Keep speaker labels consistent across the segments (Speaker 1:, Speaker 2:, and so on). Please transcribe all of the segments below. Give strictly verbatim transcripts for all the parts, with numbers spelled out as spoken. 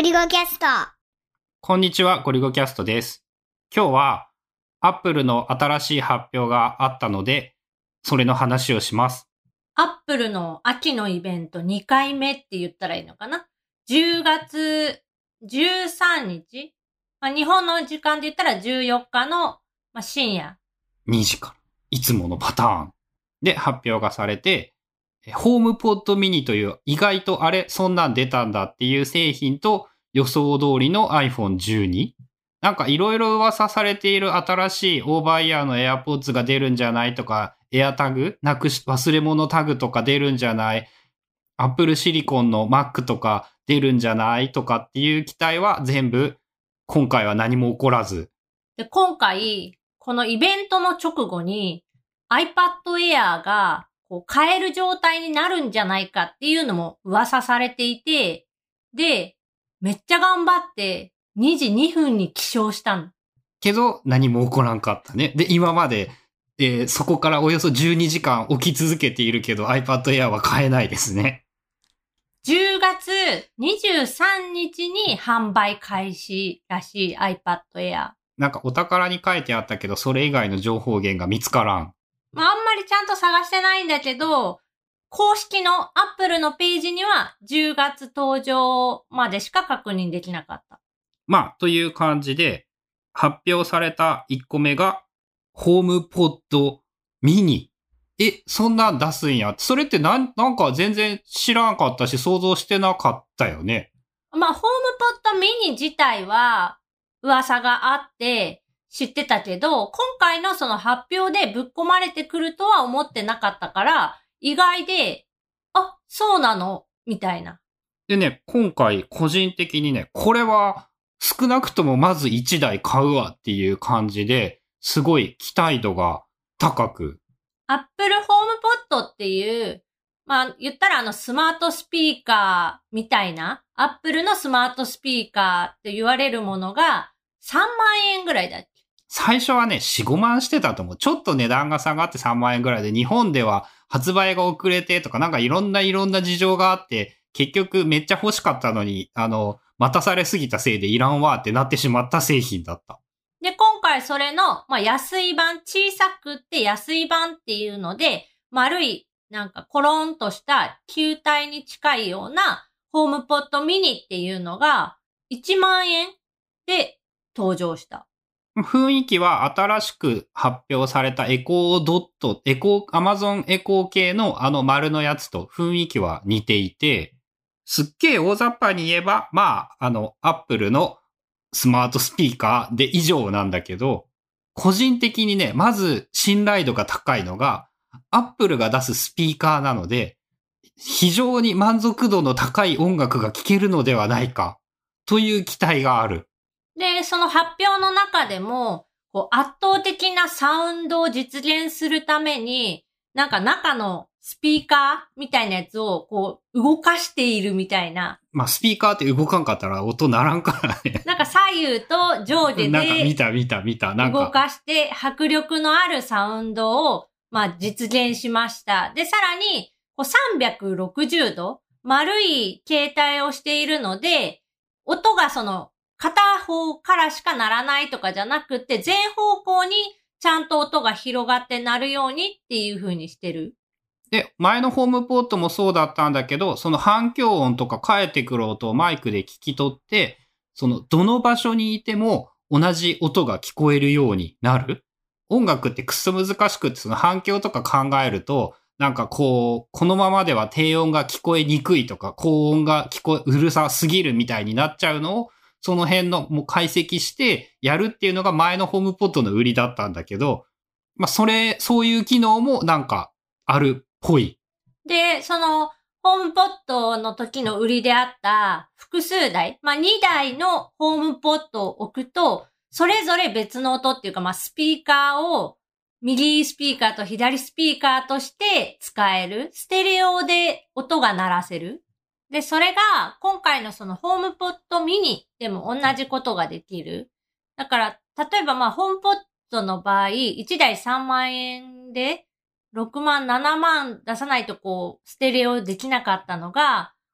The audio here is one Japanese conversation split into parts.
Speaker 1: ゴリゴキャスト。
Speaker 2: こんにちは、ゴリゴキャストです。今日は Apple の新しい発表があったので、それの話をします。
Speaker 3: アップルの秋のイベントにかいめって言ったらいいのかな ?じゅうがつじゅうさんにち、まあ、日本の時間で言ったらじゅうよっかの、まあ、深夜。
Speaker 2: にじから。いつものパターンで発表がされて、ホームポッドミニという意外とあれ、そんなん出たんだっていう製品と予想通りの アイフォンじゅうに。なんかいろいろ噂されている新しいオーバーイヤーの AirPods が出るんじゃないとか、エアタグなくし、忘れ物タグとか出るんじゃない、Apple シリコンの Mac とか出るんじゃないとかっていう期待は全部、今回は何も起こらず。
Speaker 3: で、今回、このイベントの直後に iPad Air がこう買える状態になるんじゃないかっていうのも噂されていて、で、めっちゃ頑張ってにじにふんに起床したの。
Speaker 2: けど何も起こらんかったね。で、今まで、えー、そこからおよそじゅうにじかん起き続けているけど iPad Air は買えないですね。
Speaker 3: じゅうがつにじゅうさんにちに販売開始らしい iPad Air。
Speaker 2: なんかお宝に書いてあったけど、それ以外の情報源が見つからん。
Speaker 3: まあ、あんまりちゃんと探してないんだけど、公式の Apple のページにはじゅうがつ登場までしか確認できなかった。
Speaker 2: まあ、という感じで、発表されたいっこめが、ホームポッドミニ。え、そんなん出すんや。それってなん、なんか全然知らんかったし、想像してなかったよね。
Speaker 3: まあ、ホームポッドミニ自体は噂があって知ってたけど、今回のその発表でぶっ込まれてくるとは思ってなかったから、意外で、あ、そうなのみたいな。
Speaker 2: でね、今回個人的にね、これは少なくともまずいちだい買うわっていう感じで、すごい期待度が高く。
Speaker 3: Apple HomePod っていう、まあ言ったらあのスマートスピーカーみたいな、Apple のスマートスピーカーって言われるものがさんまんえんぐらいだっけ？
Speaker 2: 最初はね、よん、ごまんしてたと思う。ちょっと値段が下がってさんまんえんぐらいで、日本では発売が遅れてとか、なんかいろんないろんな事情があって、結局めっちゃ欲しかったのに、あの、待たされすぎたせいでいらんわってなってしまった製品だった。
Speaker 3: で、今回それの、まあ、安い版、小さくって安い版っていうので、丸い、なんかコロンとした球体に近いようなホームポッドミニっていうのがいちまんえんで登場した。
Speaker 2: 雰囲気は新しく発表されたエコードット、エコー、アマゾンエコー系のあの丸のやつと雰囲気は似ていて、すっげえ大雑把に言えば、まあ、あの、アップルのスマートスピーカーで以上なんだけど、個人的にね、まず信頼度が高いのが、アップルが出すスピーカーなので、非常に満足度の高い音楽が聴けるのではないか、という期待がある。
Speaker 3: で、その発表の中でも、こう圧倒的なサウンドを実現するために、なんか中のスピーカーみたいなやつをこう動かしているみたいな。
Speaker 2: まあスピーカーって動かんかったら音ならんからね。
Speaker 3: なんか左右と上下で
Speaker 2: なんか見た見た見た。なんか
Speaker 3: 動かして迫力のあるサウンドをまあ実現しました。で、さらにこうさんびゃくろくじゅうど丸い形態をしているので、音がその片方からしかならないとかじゃなくて、全方向にちゃんと音が広がってなるようにっていう風にしてる。
Speaker 2: で、前のホームポットもそうだったんだけど、その反響音とか返ってくる音をマイクで聞き取って、そのどの場所にいても同じ音が聞こえるようになる。音楽ってくっそ難しくって、その反響とか考えると、なんかこう、このままでは低音が聞こえにくいとか、高音が聞こえ、うるさすぎるみたいになっちゃうのを、その辺のもう解析してやるっていうのが前のホームポットの売りだったんだけど、まあそれ、そういう機能もなんかあるっぽい。
Speaker 3: で、そのホームポットの時の売りであった複数台、まあにだいのホームポットを置くと、それぞれ別の音っていうか、まあスピーカーを右スピーカーと左スピーカーとして使える。ステレオで音が鳴らせる。で、それが今回のそのホームポットミニでも同じことができる。だから、例えばまあホームポットの場合、いちだいさんまんえんでろくまん、ななまん出さないとこう、ステレオできなかったのが、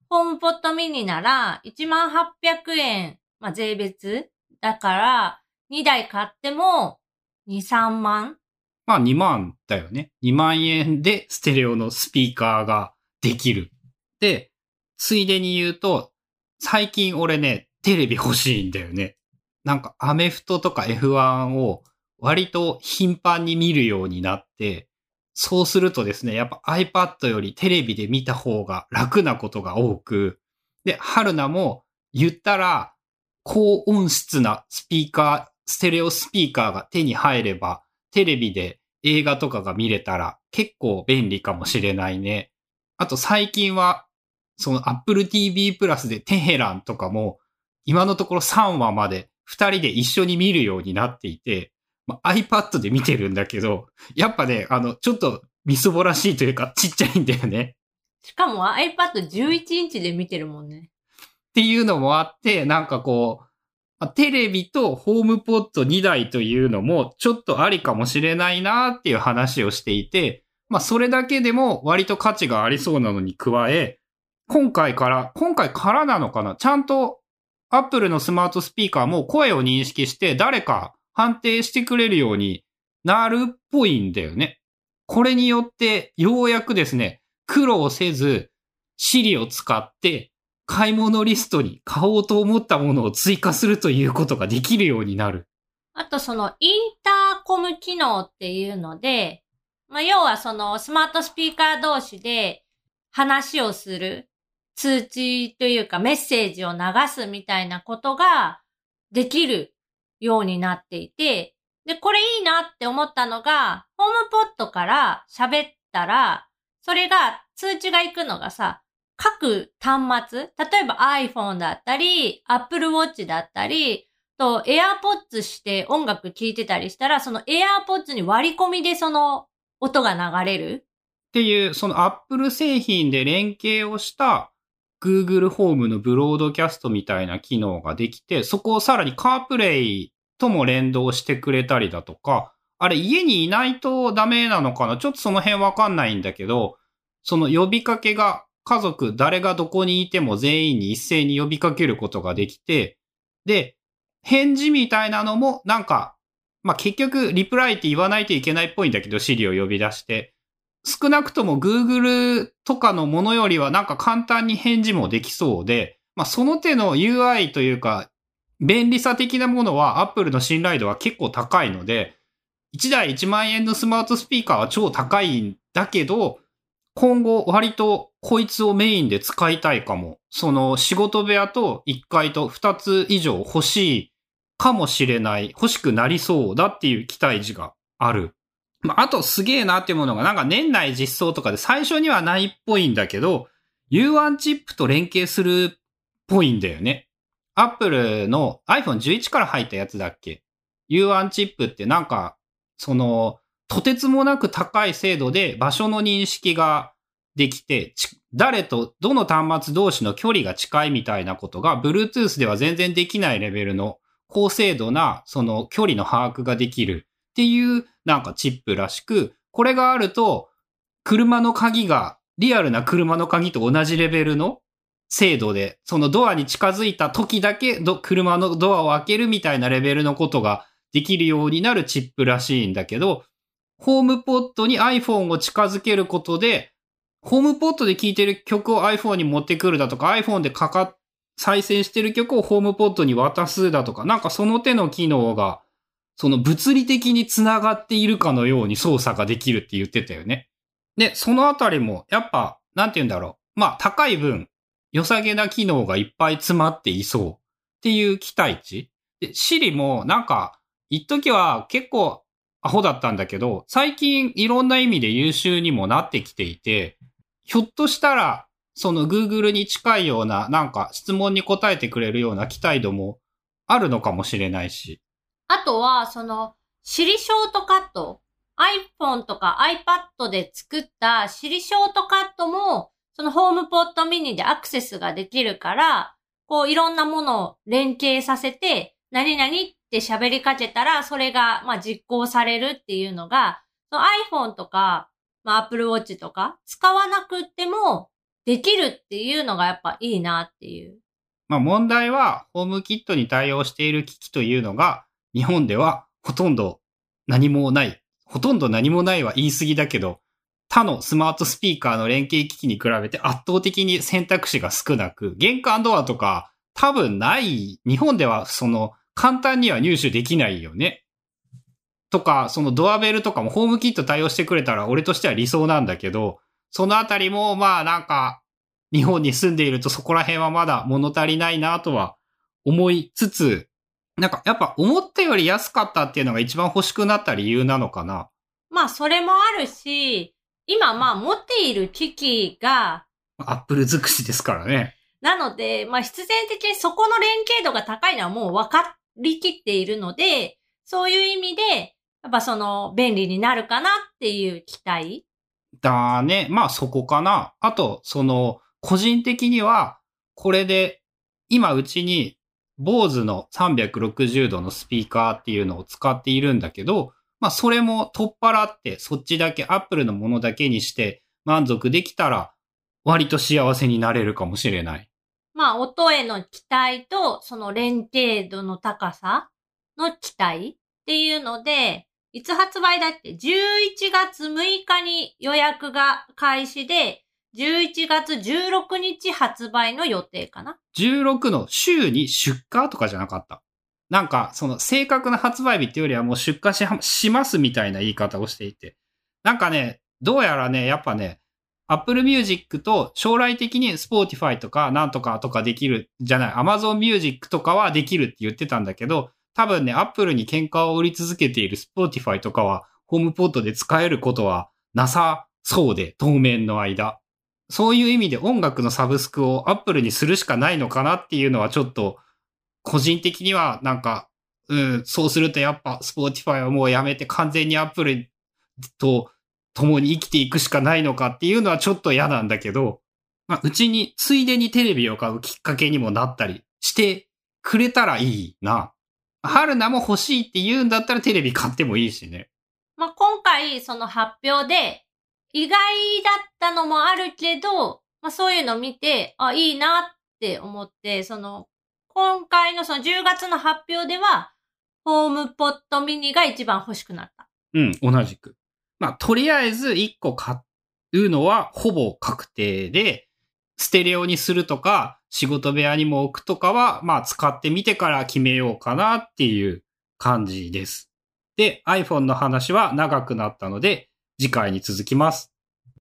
Speaker 3: ホームポットミニならいちまんはっぴゃくえん、まあ、税別だから、にだい買ってもに、さんまん。
Speaker 2: まあにまんだよね。にまんえんでステレオのスピーカーができる。で、ついでに言うと、最近俺ね、テレビ欲しいんだよね。なんかアメフトとか エフワン を割と頻繁に見るようになって、そうするとですね、やっぱ iPad よりテレビで見た方が楽なことが多く、で、春菜も言ったら高音質なスピーカー、ステレオスピーカーが手に入れば、テレビで映画とかが見れたら結構便利かもしれないね。あと最近は、その Apple ティーブイ プラスでテヘランとかも、今のところさんわまでふたりで一緒に見るようになっていて、まあ、iPad で見てるんだけど、やっぱね、あの、ちょっとみそぼらしいというかちっちゃいんだよね。
Speaker 3: しかも アイパッドじゅういち インチで見てるもんね。
Speaker 2: っていうのもあって、なんかこう、テレビとホームポットにだいというのもちょっとありかもしれないなっていう話をしていて、まあそれだけでも割と価値がありそうなのに加え、今回から、今回からなのかな、ちゃんと Apple のスマートスピーカーも声を認識して誰か判定してくれるようになるっぽいんだよね。これによってようやくですね、苦労せず Siri を使って買い物リストに買おうと思ったものを追加するということができるようになる。
Speaker 3: あとそのインターコム機能っていうので、まあ、要はそのスマートスピーカー同士で話をする通知というかメッセージを流すみたいなことができるようになっていて、で、これいいなって思ったのが、ホームポットから喋ったら、それが通知が行くのがさ、各端末、例えば iPhone だったり、Apple Watch だったり、と AirPods して音楽聴いてたりしたら、その AirPods に割り込みでその音が流れる
Speaker 2: っていう、その Apple 製品で連携をしたGoogle ホームのブロードキャストみたいな機能ができて、そこをさらに CarPlay とも連動してくれたりだとか、あれ家にいないとダメなのかな、ちょっとその辺わかんないんだけど、その呼びかけが家族誰がどこにいても全員に一斉に呼びかけることができて、で、返事みたいなのもなんか、まあ、結局リプライって言わないといけないっぽいんだけど、Siri を呼び出して。少なくとも Google とかのものよりはなんか簡単に返事もできそうで、まあ、その手の ユーアイ というか、便利さ的なものは Apple の信頼度は結構高いので、いちだいいちまんえんのスマートスピーカーは超高いんだけど、今後割とこいつをメインで使いたいかも。その仕事部屋といっかいとふたつ以上欲しいかもしれない、欲しくなりそうだっていう期待値がある。まあ、あとすげえなっていうものがなんか年内実装とかで最初にはないっぽいんだけど、ユーワン チップと連携するっぽいんだよね。Apple の アイフォンじゅういち から入ったやつだっけ？ ユーワン チップってなんか、その、とてつもなく高い精度で場所の認識ができて、誰とどの端末同士の距離が近いみたいなことが Bluetooth では全然できないレベルの高精度なその距離の把握ができるっていうなんかチップらしく、これがあると車の鍵がリアルな車の鍵と同じレベルの精度で、そのドアに近づいた時だけど車のドアを開けるみたいなレベルのことができるようになるチップらしいんだけど、ホームポットに iPhone を近づけることで、ホームポットで聴いてる曲を iPhone に持ってくるだとか、iPhone でかか、再生してる曲をホームポットに渡すだとか、なんかその手の機能が、その物理的に繋がっているかのように操作ができるって言ってたよね。で、そのあたりも、やっぱ、なんて言うんだろう。まあ、高い分、良さげな機能がいっぱい詰まっていそうっていう期待値。で、Siri もなんか、一時は結構アホだったんだけど、最近いろんな意味で優秀にもなってきていて、ひょっとしたら、その Google に近いような、なんか質問に答えてくれるような期待度もあるのかもしれないし。
Speaker 3: あとは、その、Siri ショートカット。iPhone とか iPad で作った Siri ショートカットも、そのホームポットミニでアクセスができるから、こういろんなものを連携させて、何々って喋りかけたら、それがまあ実行されるっていうのが、その iPhone とか、まあ Apple Watch とか使わなくってもできるっていうのがやっぱいいなっていう。
Speaker 2: まあ問題は、ホームキットに対応している機器というのが、日本ではほとんど何もない。ほとんど何もないは言い過ぎだけど、他のスマートスピーカーの連携機器に比べて圧倒的に選択肢が少なく、玄関ドアとか多分ない、日本ではその簡単には入手できないよね。とか、そのドアベルとかもホームキット対応してくれたら俺としては理想なんだけど、そのあたりもまあなんか日本に住んでいるとそこら辺はまだ物足りないなとは思いつつ、なんかやっぱ思ったより安かったっていうのが一番欲しくなった理由なのかな。
Speaker 3: まあそれもあるし、今まあ持っている機器が、
Speaker 2: アップル尽くしですからね。
Speaker 3: なので、まあ必然的にそこの連携度が高いのはもう分かりきっているので、そういう意味で、やっぱその便利になるかなっていう期待
Speaker 2: だね。まあそこかな。あと、その、個人的には、これで、今うちに、坊主のさんびゃくろくじゅうどのスピーカーっていうのを使っているんだけど、まあそれも取っ払って、そっちだけ、アップルのものだけにして満足できたら、割と幸せになれるかもしれない。
Speaker 3: まあ音への期待と、その連携度の高さの期待っていうので、いつ発売だっけ ?じゅういちがつむいかに予約が開始で、じゅういちがつじゅうろくにち発売の予定かな。
Speaker 2: じゅうろくの週に出荷とかじゃなかった。なんか、その正確な発売日っていうよりはもう出荷ししますみたいな言い方をしていて。なんかね、どうやらね、やっぱね、Apple Music と将来的に Spotify とかなんとかとかできる、じゃない、Amazon Music とかはできるって言ってたんだけど、多分ね、Apple に喧嘩を売り続けている Spotify とかは、ホームポットで使えることはなさそうで、当面の間。そういう意味で音楽のサブスクを Apple にするしかないのかなっていうのはちょっと、個人的にはなんか、うん、そうするとやっぱ Spotify はもうやめて完全に Apple と共に生きていくしかないのかっていうのはちょっと嫌なんだけど、まあ、うちについでにテレビを買うきっかけにもなったりしてくれたらいいな。春菜も欲しいって言うんだったらテレビ買ってもいいしね。
Speaker 3: まあ今回その発表で意外だったのもあるけど、まあそういうの見て、あ、いいなって思って、その今回のそのじゅうがつの発表では、ホームポットミニが一番欲しくなった。
Speaker 2: うん、同じく。まあ、とりあえずいっこ買うのはほぼ確定で、ステレオにするとか、仕事部屋にも置くとかは、まあ、使ってみてから決めようかなっていう感じです。で、iPhone の話は長くなったので、次回に続きます。